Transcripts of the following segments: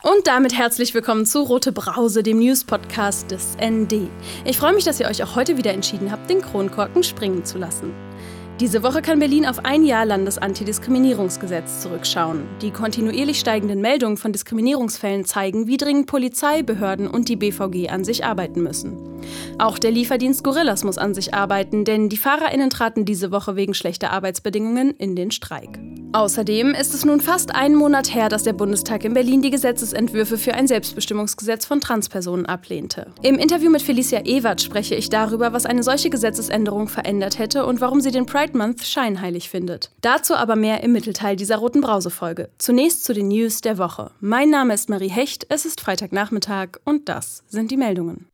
Und damit herzlich willkommen zu Rote Brause, dem News-Podcast des ND. Ich freue mich, dass ihr euch auch heute wieder entschieden habt, den Kronkorken springen zu lassen. Diese Woche kann Berlin auf ein Jahr Landesantidiskriminierungsgesetz zurückschauen. Die kontinuierlich steigenden Meldungen von Diskriminierungsfällen zeigen, wie dringend Polizei, Behörden und die BVG an sich arbeiten müssen. Auch der Lieferdienst Gorillas muss an sich arbeiten, denn die FahrerInnen traten diese Woche wegen schlechter Arbeitsbedingungen in den Streik. Außerdem ist es nun fast einen Monat her, dass der Bundestag in Berlin die Gesetzesentwürfe für ein Selbstbestimmungsgesetz von Transpersonen ablehnte. Im Interview mit Felicia Ewert spreche ich darüber, was eine solche Gesetzesänderung verändert hätte und warum sie den Pride Month scheinheilig findet. Dazu aber mehr im Mittelteil dieser Roten Brause-Folge. Zunächst zu den News der Woche. Mein Name ist Marie Hecht, es ist Freitagnachmittag und das sind die Meldungen.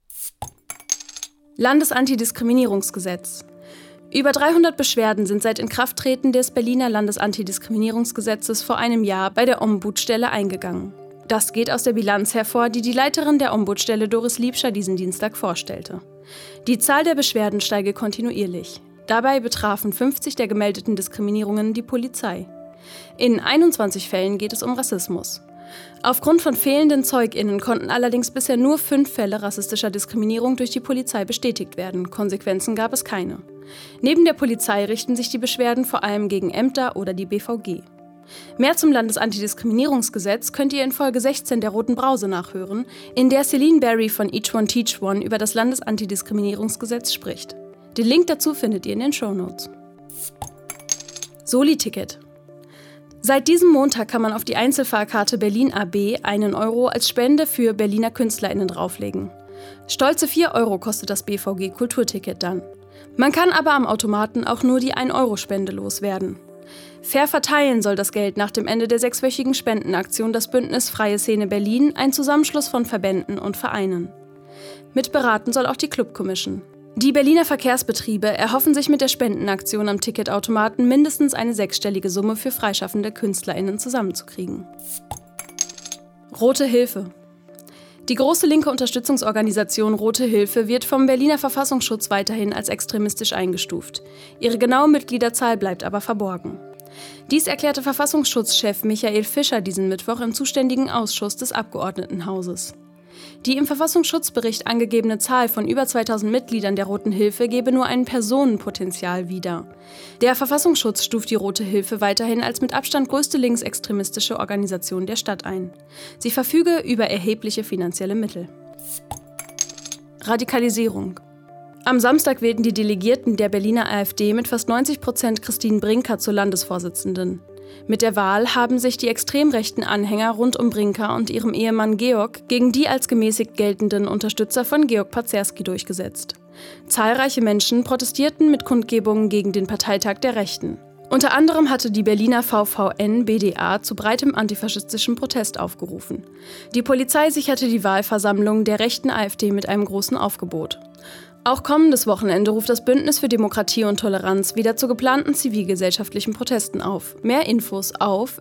Landesantidiskriminierungsgesetz. Über 300 Beschwerden sind seit Inkrafttreten des Berliner Landesantidiskriminierungsgesetzes vor einem Jahr bei der Ombudsstelle eingegangen. Das geht aus der Bilanz hervor, die die Leiterin der Ombudsstelle Doris Liebscher diesen Dienstag vorstellte. Die Zahl der Beschwerden steige kontinuierlich. Dabei betrafen 50 der gemeldeten Diskriminierungen die Polizei. In 21 Fällen geht es um Rassismus. Aufgrund von fehlenden ZeugInnen konnten allerdings bisher nur 5 Fälle rassistischer Diskriminierung durch die Polizei bestätigt werden. Konsequenzen gab es keine. Neben der Polizei richten sich die Beschwerden vor allem gegen Ämter oder die BVG. Mehr zum Landesantidiskriminierungsgesetz könnt ihr in Folge 16 der Roten Brause nachhören, in der Celine Berry von Each One Teach One über das Landesantidiskriminierungsgesetz spricht. Den Link dazu findet ihr in den Shownotes. Soli-Ticket. Seit diesem Montag kann man auf die Einzelfahrkarte Berlin AB 1 Euro als Spende für Berliner KünstlerInnen drauflegen. Stolze 4 Euro kostet das BVG-Kulturticket dann. Man kann aber am Automaten auch nur die 1-Euro-Spende loswerden. Fair verteilen soll das Geld nach dem Ende der 6-wöchigen Spendenaktion das Bündnis Freie Szene Berlin, ein Zusammenschluss von Verbänden und Vereinen. Mitberaten soll auch die Club Commission. Die Berliner Verkehrsbetriebe erhoffen sich mit der Spendenaktion am Ticketautomaten mindestens eine 6-stellige Summe für freischaffende KünstlerInnen zusammenzukriegen. Rote Hilfe. Die große linke Unterstützungsorganisation Rote Hilfe wird vom Berliner Verfassungsschutz weiterhin als extremistisch eingestuft. Ihre genaue Mitgliederzahl bleibt aber verborgen. Dies erklärte Verfassungsschutzchef Michael Fischer diesen Mittwoch im zuständigen Ausschuss des Abgeordnetenhauses. Die im Verfassungsschutzbericht angegebene Zahl von über 2000 Mitgliedern der Roten Hilfe gebe nur ein Personenpotenzial wider. Der Verfassungsschutz stuft die Rote Hilfe weiterhin als mit Abstand größte linksextremistische Organisation der Stadt ein. Sie verfüge über erhebliche finanzielle Mittel. Radikalisierung. Am Samstag wählten die Delegierten der Berliner AfD mit fast 90% Christine Brinker zur Landesvorsitzenden. Mit der Wahl haben sich die extrem rechten Anhänger rund um Brinker und ihrem Ehemann Georg gegen die als gemäßigt geltenden Unterstützer von Georg Pazerski durchgesetzt. Zahlreiche Menschen protestierten mit Kundgebungen gegen den Parteitag der Rechten. Unter anderem hatte die Berliner VVN-BDA zu breitem antifaschistischen Protest aufgerufen. Die Polizei sicherte die Wahlversammlung der rechten AfD mit einem großen Aufgebot. Auch kommendes Wochenende ruft das Bündnis für Demokratie und Toleranz wieder zu geplanten zivilgesellschaftlichen Protesten auf. Mehr Infos auf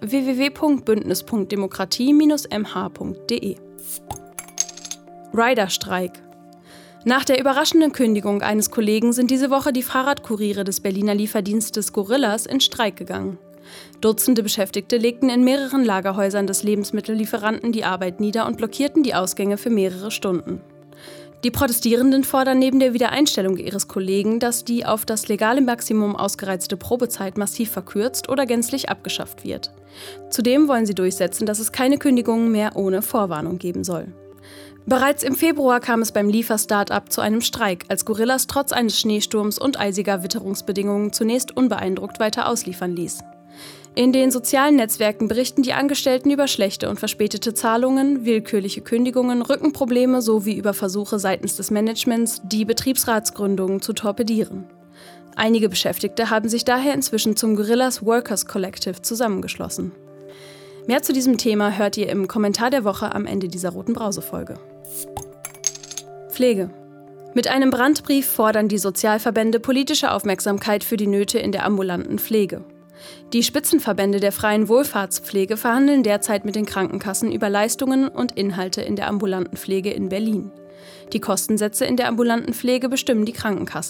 www.bündnis.demokratie-mh.de. Riderstreik. Nach der überraschenden Kündigung eines Kollegen sind diese Woche die Fahrradkuriere des Berliner Lieferdienstes Gorillas in Streik gegangen. Dutzende Beschäftigte legten in mehreren Lagerhäusern des Lebensmittellieferanten die Arbeit nieder und blockierten die Ausgänge für mehrere Stunden. Die Protestierenden fordern neben der Wiedereinstellung ihres Kollegen, dass die auf das legale Maximum ausgereizte Probezeit massiv verkürzt oder gänzlich abgeschafft wird. Zudem wollen sie durchsetzen, dass es keine Kündigungen mehr ohne Vorwarnung geben soll. Bereits im Februar kam es beim Liefer-Start-up zu einem Streik, als Gorillas trotz eines Schneesturms und eisiger Witterungsbedingungen zunächst unbeeindruckt weiter ausliefern ließ. In den sozialen Netzwerken berichten die Angestellten über schlechte und verspätete Zahlungen, willkürliche Kündigungen, Rückenprobleme sowie über Versuche seitens des Managements, die Betriebsratsgründungen zu torpedieren. Einige Beschäftigte haben sich daher inzwischen zum Gorillas Workers Collective zusammengeschlossen. Mehr zu diesem Thema hört ihr im Kommentar der Woche am Ende dieser Roten Brause-Folge. Pflege. Mit einem Brandbrief fordern die Sozialverbände politische Aufmerksamkeit für die Nöte in der ambulanten Pflege. Die Spitzenverbände der freien Wohlfahrtspflege verhandeln derzeit mit den Krankenkassen über Leistungen und Inhalte in der ambulanten Pflege in Berlin. Die Kostensätze in der ambulanten Pflege bestimmen die Krankenkassen.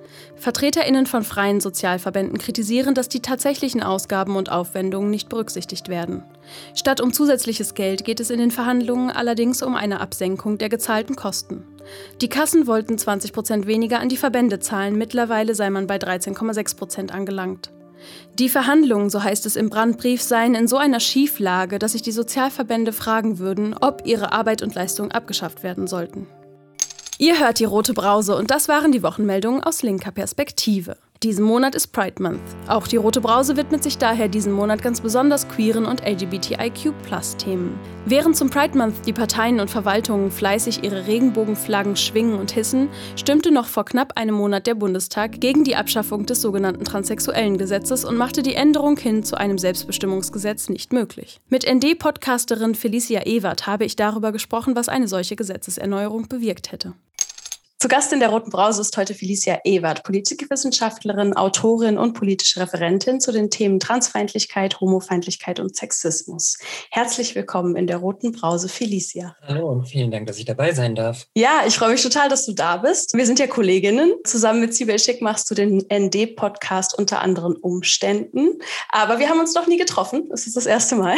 VertreterInnen von freien Sozialverbänden kritisieren, dass die tatsächlichen Ausgaben und Aufwendungen nicht berücksichtigt werden. Statt um zusätzliches Geld geht es in den Verhandlungen allerdings um eine Absenkung der gezahlten Kosten. Die Kassen wollten 20% weniger an die Verbände zahlen, mittlerweile sei man bei 13,6% angelangt. Die Verhandlungen, so heißt es im Brandbrief, seien in so einer Schieflage, dass sich die Sozialverbände fragen würden, ob ihre Arbeit und Leistung abgeschafft werden sollten. Ihr hört die Rote Brause und das waren die Wochenmeldungen aus linker Perspektive. Diesen Monat ist Pride Month. Auch die Rote Brause widmet sich daher diesen Monat ganz besonders queeren und LGBTIQ+-Themen. Während zum Pride Month die Parteien und Verwaltungen fleißig ihre Regenbogenflaggen schwingen und hissen, stimmte noch vor knapp einem Monat der Bundestag gegen die Abschaffung des sogenannten Transsexuellen-Gesetzes und machte die Änderung hin zu einem Selbstbestimmungsgesetz nicht möglich. Mit ND-Podcasterin Felicia Ewert habe ich darüber gesprochen, was eine solche Gesetzeserneuerung bewirkt hätte. Zu Gast in der Roten Brause ist heute Felicia Ewert, Politikwissenschaftlerin, Autorin und politische Referentin zu den Themen Transfeindlichkeit, Homofeindlichkeit und Sexismus. Herzlich willkommen in der Roten Brause, Felicia. Hallo und vielen Dank, dass ich dabei sein darf. Ja, ich freue mich total, dass du da bist. Wir sind ja Kolleginnen. Zusammen mit Sibel Schick machst du den ND-Podcast unter anderen Umständen. Aber wir haben uns noch nie getroffen. Es ist das erste Mal.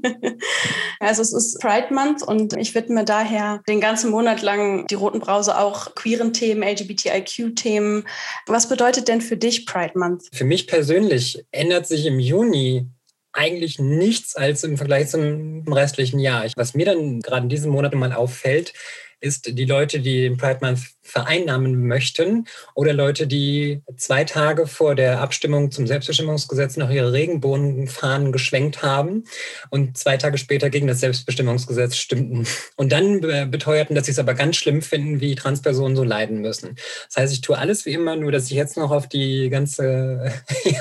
Also es ist Pride Month und ich widme daher den ganzen Monat lang die Roten Brause auch queeren Themen, LGBTIQ-Themen. Was bedeutet denn für dich Pride Month? Für mich persönlich ändert sich im Juni eigentlich nichts als im Vergleich zum restlichen Jahr. Was mir dann gerade in diesem Monat mal auffällt, ist die Leute, die den Pride Month vereinnahmen möchten oder Leute, die 2 Tage vor der Abstimmung zum Selbstbestimmungsgesetz noch ihre Regenbogenfahnen geschwenkt haben und 2 Tage später gegen das Selbstbestimmungsgesetz stimmten. Und dann beteuerten, dass sie es aber ganz schlimm finden, wie Transpersonen so leiden müssen. Das heißt, ich tue alles wie immer, nur dass ich jetzt noch auf die ganze,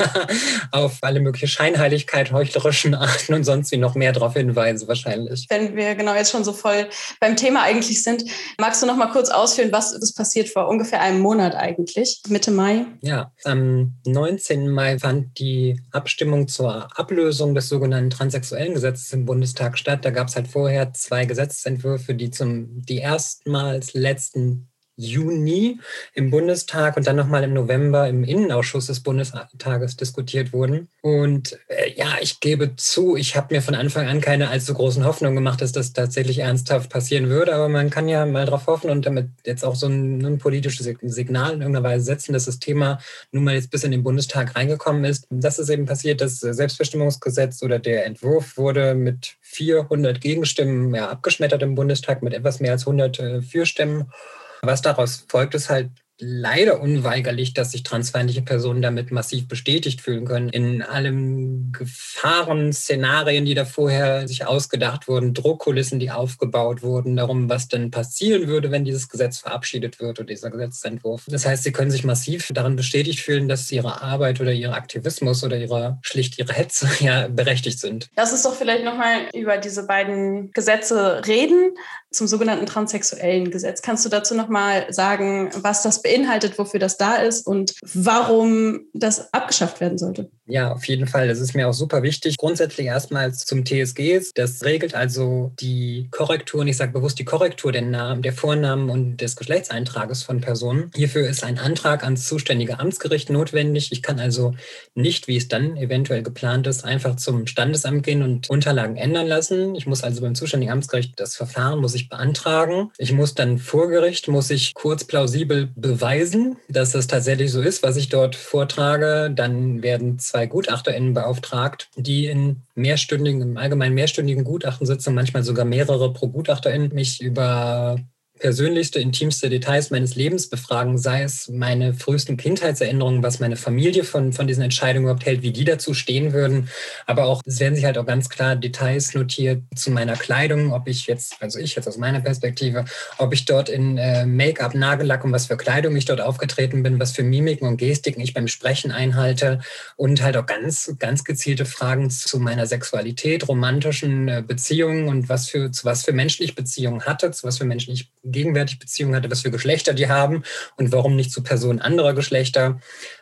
auf alle mögliche Scheinheiligkeit, heuchlerischen Arten und sonst wie noch mehr darauf hinweise wahrscheinlich. Wenn wir genau jetzt schon so voll beim Thema eigentlich sind, magst du noch mal kurz ausführen, was ist passiert vor ungefähr einem Monat eigentlich, Mitte Mai? Ja, am 19. Mai fand die Abstimmung zur Ablösung des sogenannten transsexuellen Gesetzes im Bundestag statt. Da gab es halt vorher 2 Gesetzentwürfe, die erstmals letzten Juni im Bundestag und dann nochmal im November im Innenausschuss des Bundestages diskutiert wurden. Und ich gebe zu, ich habe mir von Anfang an keine allzu großen Hoffnungen gemacht, dass das tatsächlich ernsthaft passieren würde. Aber man kann ja mal drauf hoffen und damit jetzt auch so ein politisches Signal in irgendeiner Weise setzen, dass das Thema nun mal jetzt bis in den Bundestag reingekommen ist. Das ist eben passiert, das Selbstbestimmungsgesetz oder der Entwurf wurde mit 400 Gegenstimmen abgeschmettert im Bundestag, mit etwas mehr als 100 Fürstimmen. Was daraus folgt, ist halt leider unweigerlich, dass sich transfeindliche Personen damit massiv bestätigt fühlen können. In allen Gefahrenszenarien, die da vorher sich ausgedacht wurden, Druckkulissen, die aufgebaut wurden, darum, was denn passieren würde, wenn dieses Gesetz verabschiedet wird oder dieser Gesetzentwurf. Das heißt, sie können sich massiv daran bestätigt fühlen, dass ihre Arbeit oder ihr Aktivismus oder ihre Hetze berechtigt sind. Lass uns doch vielleicht nochmal über diese beiden Gesetze reden. Zum sogenannten transsexuellen Gesetz. Kannst du dazu nochmal sagen, was das beinhaltet, wofür das da ist und warum das abgeschafft werden sollte? Ja, auf jeden Fall. Das ist mir auch super wichtig. Grundsätzlich erstmal zum TSG. Das regelt also die Korrektur, und ich sage bewusst die Korrektur der Vornamen und des Geschlechtseintrages von Personen. Hierfür ist ein Antrag ans zuständige Amtsgericht notwendig. Ich kann also nicht, wie es dann eventuell geplant ist, einfach zum Standesamt gehen und Unterlagen ändern lassen. Ich muss also beim zuständigen Amtsgericht das Verfahren muss ich beantragen. Ich muss dann vor Gericht, kurz plausibel beweisen, dass das tatsächlich so ist, was ich dort vortrage. Dann werden 2 GutachterInnen beauftragt, die im allgemein mehrstündigen Gutachten sitzen, manchmal sogar mehrere pro GutachterIn, mich über persönlichste, intimste Details meines Lebens befragen, sei es meine frühesten Kindheitserinnerungen, was meine Familie von diesen Entscheidungen überhaupt hält, wie die dazu stehen würden. Aber auch, es werden sich halt auch ganz klar Details notiert zu meiner Kleidung, ob ich jetzt aus meiner Perspektive, ob ich dort in Make-up, Nagellack und was für Kleidung ich dort aufgetreten bin, was für Mimiken und Gestiken ich beim Sprechen einhalte und halt auch ganz, ganz gezielte Fragen zu meiner Sexualität, romantischen Beziehungen und zu was für Menschen ich Beziehungen hatte, zu was für Menschen ich gegenwärtig Beziehungen hatte, was für Geschlechter die haben und warum nicht zu Personen anderer Geschlechter.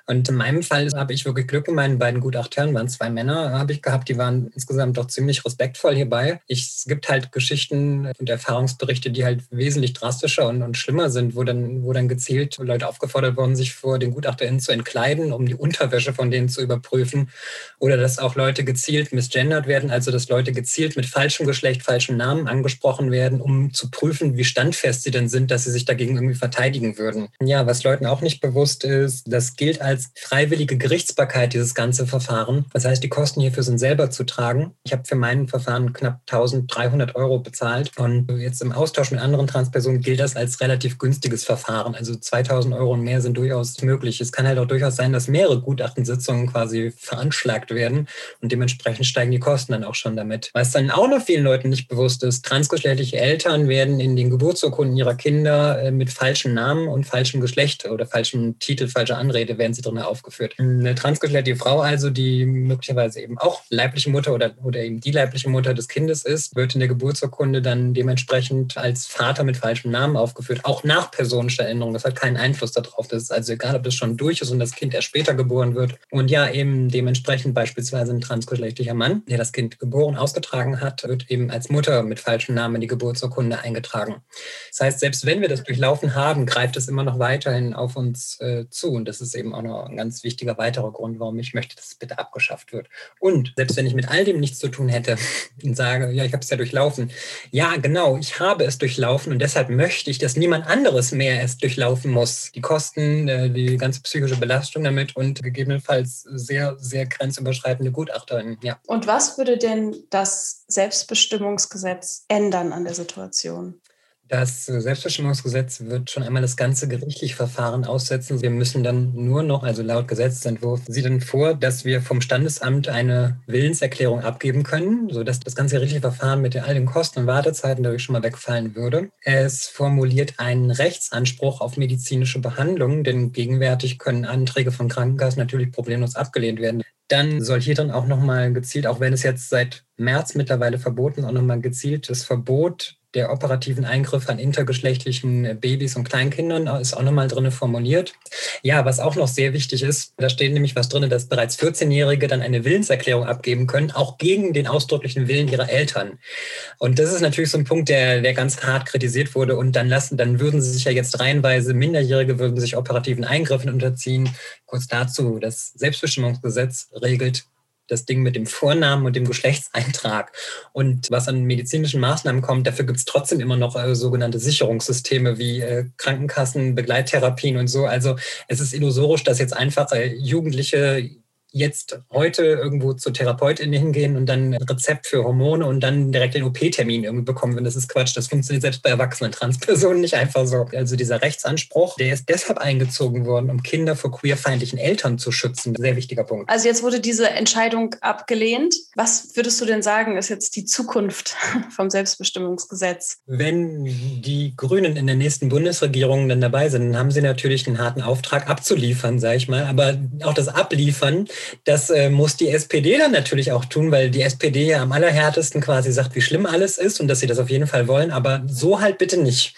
Und in meinem Fall habe ich wirklich Glück. In meinen beiden Gutachtern waren 2 Männer, habe ich gehabt, die waren insgesamt doch ziemlich respektvoll hierbei. Es gibt halt Geschichten und Erfahrungsberichte, die halt wesentlich drastischer und schlimmer sind, wo dann gezielt Leute aufgefordert worden, sich vor den GutachterInnen zu entkleiden, um die Unterwäsche von denen zu überprüfen. Oder dass auch Leute gezielt misgendert werden, also dass Leute gezielt mit falschem Geschlecht, falschen Namen angesprochen werden, um zu prüfen, wie standfest sie denn sind, dass sie sich dagegen irgendwie verteidigen würden. Ja, was Leuten auch nicht bewusst ist, das gilt als freiwillige Gerichtsbarkeit, dieses ganze Verfahren. Das heißt, die Kosten hierfür sind selber zu tragen. Ich habe für mein Verfahren knapp 1.300 € bezahlt und jetzt im Austausch mit anderen Transpersonen gilt das als relativ günstiges Verfahren. Also 2.000 € und mehr sind durchaus möglich. Es kann halt auch durchaus sein, dass mehrere Gutachtensitzungen quasi veranschlagt werden und dementsprechend steigen die Kosten dann auch schon damit. Was dann auch noch vielen Leuten nicht bewusst ist, transgeschlechtliche Eltern werden in den Geburtsurkunden ihrer Kinder mit falschen Namen und falschem Geschlecht oder falschem Titel, falscher Anrede werden sie drin aufgeführt. Eine transgeschlechtliche Frau also, die möglicherweise eben auch leibliche Mutter oder eben die leibliche Mutter des Kindes ist, wird in der Geburtsurkunde dann dementsprechend als Vater mit falschem Namen aufgeführt, auch nach Personenstelländerung. Das hat keinen Einfluss darauf. Das ist also egal, ob das schon durch ist und das Kind erst später geboren wird. Und ja, eben dementsprechend beispielsweise ein transgeschlechtlicher Mann, der das Kind geboren, ausgetragen hat, wird eben als Mutter mit falschem Namen in die Geburtsurkunde eingetragen. Das heißt, selbst wenn wir das durchlaufen haben, greift es immer noch weiterhin auf uns zu. Und das ist eben auch noch ein ganz wichtiger weiterer Grund, warum ich möchte, dass es bitte abgeschafft wird. Und selbst wenn ich mit all dem nichts zu tun hätte und sage, ja, ich habe es ja durchlaufen. Ja, genau, ich habe es durchlaufen und deshalb möchte ich, dass niemand anderes mehr es durchlaufen muss. Die Kosten, die ganze psychische Belastung damit und gegebenenfalls sehr, sehr grenzüberschreitende Gutachterin. Ja. Und was würde denn das Selbstbestimmungsgesetz ändern an der Situation? Das Selbstbestimmungsgesetz wird schon einmal das ganze gerichtliche Verfahren aussetzen. Wir müssen dann nur noch, also laut Gesetzesentwurf, sieht dann vor, dass wir vom Standesamt eine Willenserklärung abgeben können, sodass das ganze gerichtliche Verfahren mit all den Kosten und Wartezeiten dadurch schon mal wegfallen würde. Es formuliert einen Rechtsanspruch auf medizinische Behandlung, denn gegenwärtig können Anträge von Krankenkassen natürlich problemlos abgelehnt werden. Dann soll hier dann auch nochmal gezielt, auch wenn es jetzt seit März mittlerweile verboten ist, auch nochmal gezielt das Verbot der operativen Eingriffe an intergeschlechtlichen Babys und Kleinkindern ist auch nochmal drin formuliert. Ja, was auch noch sehr wichtig ist, da steht nämlich was drin, dass bereits 14-Jährige dann eine Willenserklärung abgeben können, auch gegen den ausdrücklichen Willen ihrer Eltern. Und das ist natürlich so ein Punkt, der ganz hart kritisiert wurde. Und dann würden sie sich ja jetzt reihenweise, Minderjährige würden sich operativen Eingriffen unterziehen. Kurz dazu, das Selbstbestimmungsgesetz regelt das Ding mit dem Vornamen und dem Geschlechtseintrag. Und was an medizinischen Maßnahmen kommt, dafür gibt es trotzdem immer noch sogenannte Sicherungssysteme wie Krankenkassen, Begleittherapien und so. Also es ist illusorisch, dass jetzt einfach Jugendliche jetzt heute irgendwo zur Therapeutin hingehen und dann ein Rezept für Hormone und dann direkt den OP-Termin irgendwie bekommen, wenn das ist Quatsch. Das funktioniert selbst bei erwachsenen Transpersonen nicht einfach so. Also dieser Rechtsanspruch, der ist deshalb eingezogen worden, um Kinder vor queerfeindlichen Eltern zu schützen. Sehr wichtiger Punkt. Also jetzt wurde diese Entscheidung abgelehnt. Was würdest du denn sagen, ist jetzt die Zukunft vom Selbstbestimmungsgesetz? Wenn die Grünen in der nächsten Bundesregierung dann dabei sind, dann haben sie natürlich einen harten Auftrag abzuliefern, sage ich mal. Aber auch das Abliefern, das muss die SPD dann natürlich auch tun, weil die SPD ja am allerhärtesten quasi sagt, wie schlimm alles ist und dass sie das auf jeden Fall wollen, aber so halt bitte nicht.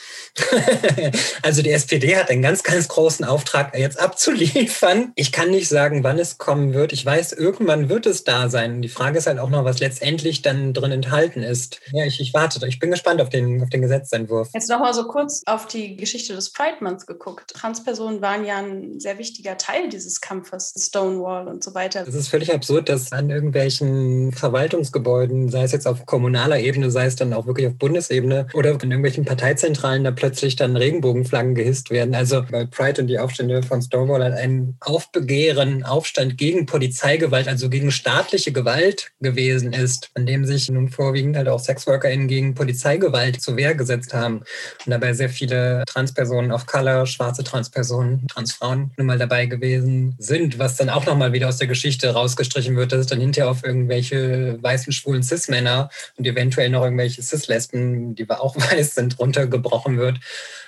Also die SPD hat einen ganz, ganz großen Auftrag, jetzt abzuliefern. Ich kann nicht sagen, wann es kommen wird. Ich weiß, irgendwann wird es da sein. Die Frage ist halt auch noch, was letztendlich dann drin enthalten ist. Ja, ich warte. Ich bin gespannt auf den Gesetzentwurf. Jetzt nochmal so kurz auf die Geschichte des Pride Months geguckt. Transpersonen waren ja ein sehr wichtiger Teil dieses Kampfes, Stonewall und so weiter. Es ist völlig absurd, dass an irgendwelchen Verwaltungsgebäuden, sei es jetzt auf kommunaler Ebene, sei es dann auch wirklich auf Bundesebene oder in irgendwelchen Parteizentralen, da plötzlich dann Regenbogenflaggen gehisst werden. Also bei Pride und die Aufstände von Stonewall hat ein Aufstand gegen Polizeigewalt, also gegen staatliche Gewalt gewesen ist, an dem sich nun vorwiegend halt auch SexworkerInnen gegen Polizeigewalt zur Wehr gesetzt haben. Und dabei sehr viele Transpersonen of Color, schwarze Transpersonen, Transfrauen nun mal dabei gewesen sind, was dann auch nochmal wieder aus der Geschichte rausgestrichen wird, dass es dann hinterher auf irgendwelche weißen, schwulen Cis-Männer und eventuell noch irgendwelche Cis-Lesben, die auch weiß sind, runtergebrochen wird.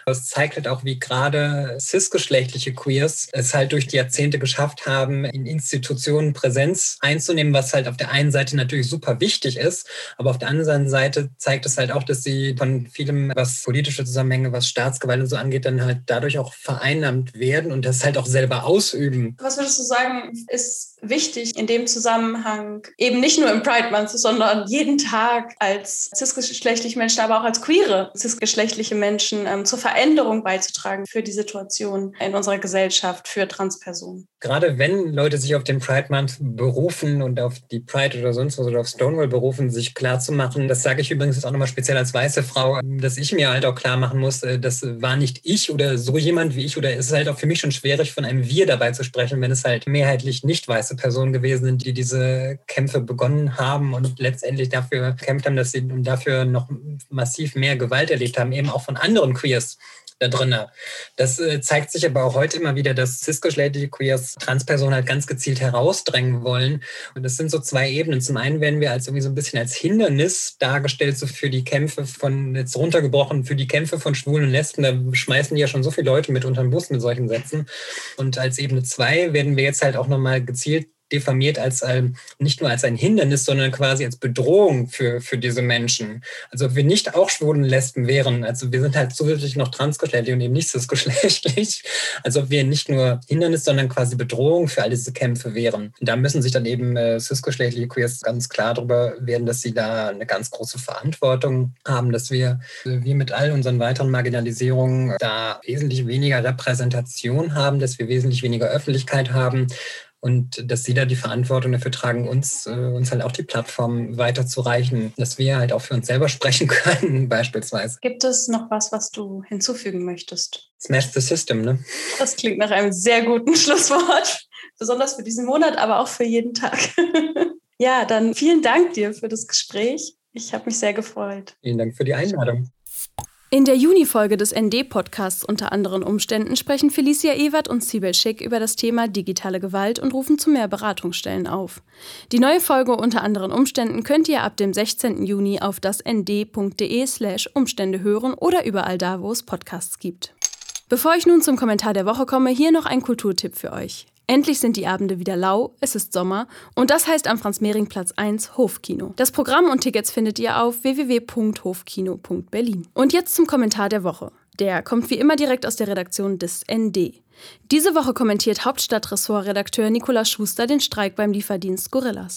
Es zeigt halt auch, wie gerade cisgeschlechtliche Queers es halt durch die Jahrzehnte geschafft haben, in Institutionen Präsenz einzunehmen, was halt auf der einen Seite natürlich super wichtig ist, aber auf der anderen Seite zeigt es halt auch, dass sie von vielem, was politische Zusammenhänge, was Staatsgewalt und so angeht, dann halt dadurch auch vereinnahmt werden und das halt auch selber ausüben. Was würdest du sagen, ist wichtig in dem Zusammenhang, eben nicht nur im Pride Month, sondern jeden Tag als cisgeschlechtliche Menschen, aber auch als queere cisgeschlechtliche Menschen zur Veränderung beizutragen für die Situation in unserer Gesellschaft, für Transpersonen? Gerade wenn Leute sich auf den Pride Month berufen und auf die Pride oder sonst was oder auf Stonewall berufen, sich klarzumachen, das sage ich übrigens jetzt auch nochmal speziell als weiße Frau, dass ich mir halt auch klar machen muss, das war nicht ich oder so jemand wie ich, oder es ist halt auch für mich schon schwierig, von einem Wir dabei zu sprechen, wenn es halt mehrheitlich nicht weiße Personen gewesen sind, die diese Kämpfe begonnen haben und letztendlich dafür gekämpft haben, dass sie dafür noch massiv mehr Gewalt erlebt haben, eben auch von anderen Queers da drin. Das zeigt sich aber auch heute immer wieder, dass cisgeschlechtliche Queers Transpersonen halt ganz gezielt herausdrängen wollen. Und das sind so zwei Ebenen. Zum einen werden wir als irgendwie so ein bisschen als Hindernis dargestellt, so für die Kämpfe von, jetzt runtergebrochen, für die Kämpfe von Schwulen und Lesben. Da schmeißen die ja schon so viele Leute mit unter den Bus mit solchen Sätzen. Und als Ebene 2 werden wir jetzt halt auch nochmal gezielt diffamiert als nicht nur als ein Hindernis, sondern quasi als Bedrohung für diese Menschen. Also ob wir nicht auch Schwulen und Lesben wären, also wir sind halt zusätzlich noch transgeschlechtlich und eben nicht cisgeschlechtlich, also ob wir nicht nur Hindernis, sondern quasi Bedrohung für all diese Kämpfe wären. Und da müssen sich dann eben cisgeschlechtliche Queers ganz klar darüber werden, dass sie da eine ganz große Verantwortung haben, dass wir mit all unseren weiteren Marginalisierungen da wesentlich weniger Repräsentation haben, dass wir wesentlich weniger Öffentlichkeit haben. Und dass sie da die Verantwortung dafür tragen, uns halt auch die Plattform weiterzureichen, dass wir halt auch für uns selber sprechen können, beispielsweise. Gibt es noch was du hinzufügen möchtest? Smash the system, ne? Das klingt nach einem sehr guten Schlusswort, besonders für diesen Monat, aber auch für jeden Tag. Ja, dann vielen Dank dir für das Gespräch. Ich habe mich sehr gefreut. Vielen Dank für die Einladung. In der Juni-Folge des ND-Podcasts unter anderen Umständen sprechen Felicia Ewert und Sibel Schick über das Thema digitale Gewalt und rufen zu mehr Beratungsstellen auf. Die neue Folge unter anderen Umständen könnt ihr ab dem 16. Juni auf dasnd.de/Umstände hören oder überall da, wo es Podcasts gibt. Bevor ich nun zum Kommentar der Woche komme, hier noch ein Kulturtipp für euch. Endlich sind die Abende wieder lau, es ist Sommer und das heißt am Franz-Mehring-Platz 1 Hofkino. Das Programm und Tickets findet ihr auf www.hofkino.berlin. Und jetzt zum Kommentar der Woche. Der kommt wie immer direkt aus der Redaktion des ND. Diese Woche kommentiert Hauptstadtressortredakteur Nikolaus Schuster den Streik beim Lieferdienst Gorillas.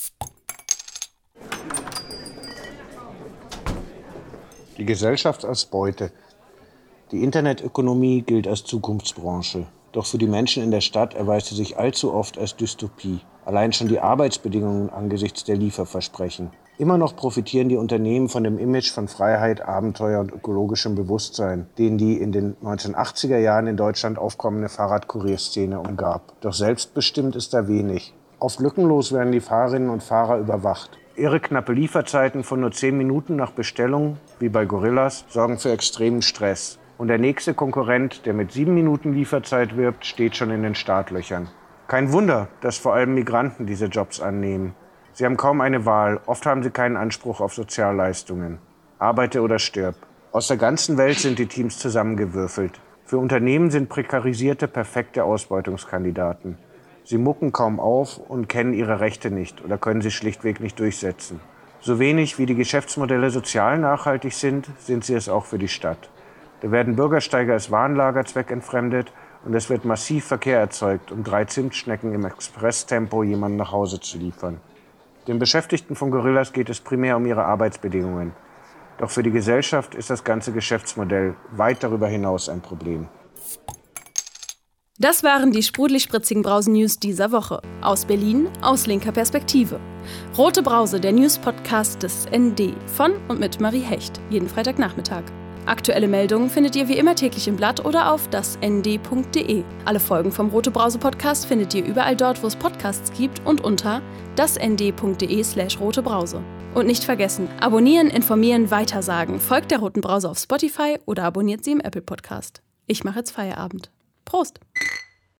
Die Gesellschaft als Beute. Die Internetökonomie gilt als Zukunftsbranche. Doch für die Menschen in der Stadt erweist sie sich allzu oft als Dystopie. Allein schon die Arbeitsbedingungen angesichts der Lieferversprechen. Immer noch profitieren die Unternehmen von dem Image von Freiheit, Abenteuer und ökologischem Bewusstsein, den die in den 1980er Jahren in Deutschland aufkommende Fahrradkurierszene umgab. Doch selbstbestimmt ist da wenig. Oft lückenlos werden die Fahrerinnen und Fahrer überwacht. Irre knappe Lieferzeiten von nur 10 Minuten nach Bestellung, wie bei Gorillas, sorgen für extremen Stress. Und der nächste Konkurrent, der mit 7 Minuten Lieferzeit wirbt, steht schon in den Startlöchern. Kein Wunder, dass vor allem Migranten diese Jobs annehmen. Sie haben kaum eine Wahl, oft haben sie keinen Anspruch auf Sozialleistungen. Arbeite oder stirb. Aus der ganzen Welt sind die Teams zusammengewürfelt. Für Unternehmen sind Prekarisierte perfekte Ausbeutungskandidaten. Sie mucken kaum auf und kennen ihre Rechte nicht oder können sie schlichtweg nicht durchsetzen. So wenig wie die Geschäftsmodelle sozial nachhaltig sind sie es auch für die Stadt. Da werden Bürgersteige als Warenlager zweckentfremdet und es wird massiv Verkehr erzeugt, um 3 Zimtschnecken im Expresstempo jemanden nach Hause zu liefern. Den Beschäftigten von Gorillas geht es primär um ihre Arbeitsbedingungen. Doch für die Gesellschaft ist das ganze Geschäftsmodell weit darüber hinaus ein Problem. Das waren die sprudelig-spritzigen Brause-News dieser Woche. Aus Berlin, aus linker Perspektive. Rote Brause, der News-Podcast des ND. Von und mit Marie Hecht. Jeden Freitagnachmittag. Aktuelle Meldungen findet ihr wie immer täglich im Blatt oder auf dasnd.de. Alle Folgen vom Rote Brause Podcast findet ihr überall dort, wo es Podcasts gibt und unter dasnd.de/Rote Brause. Und nicht vergessen, abonnieren, informieren, weitersagen. Folgt der Roten Brause auf Spotify oder abonniert sie im Apple Podcast. Ich mache jetzt Feierabend. Prost!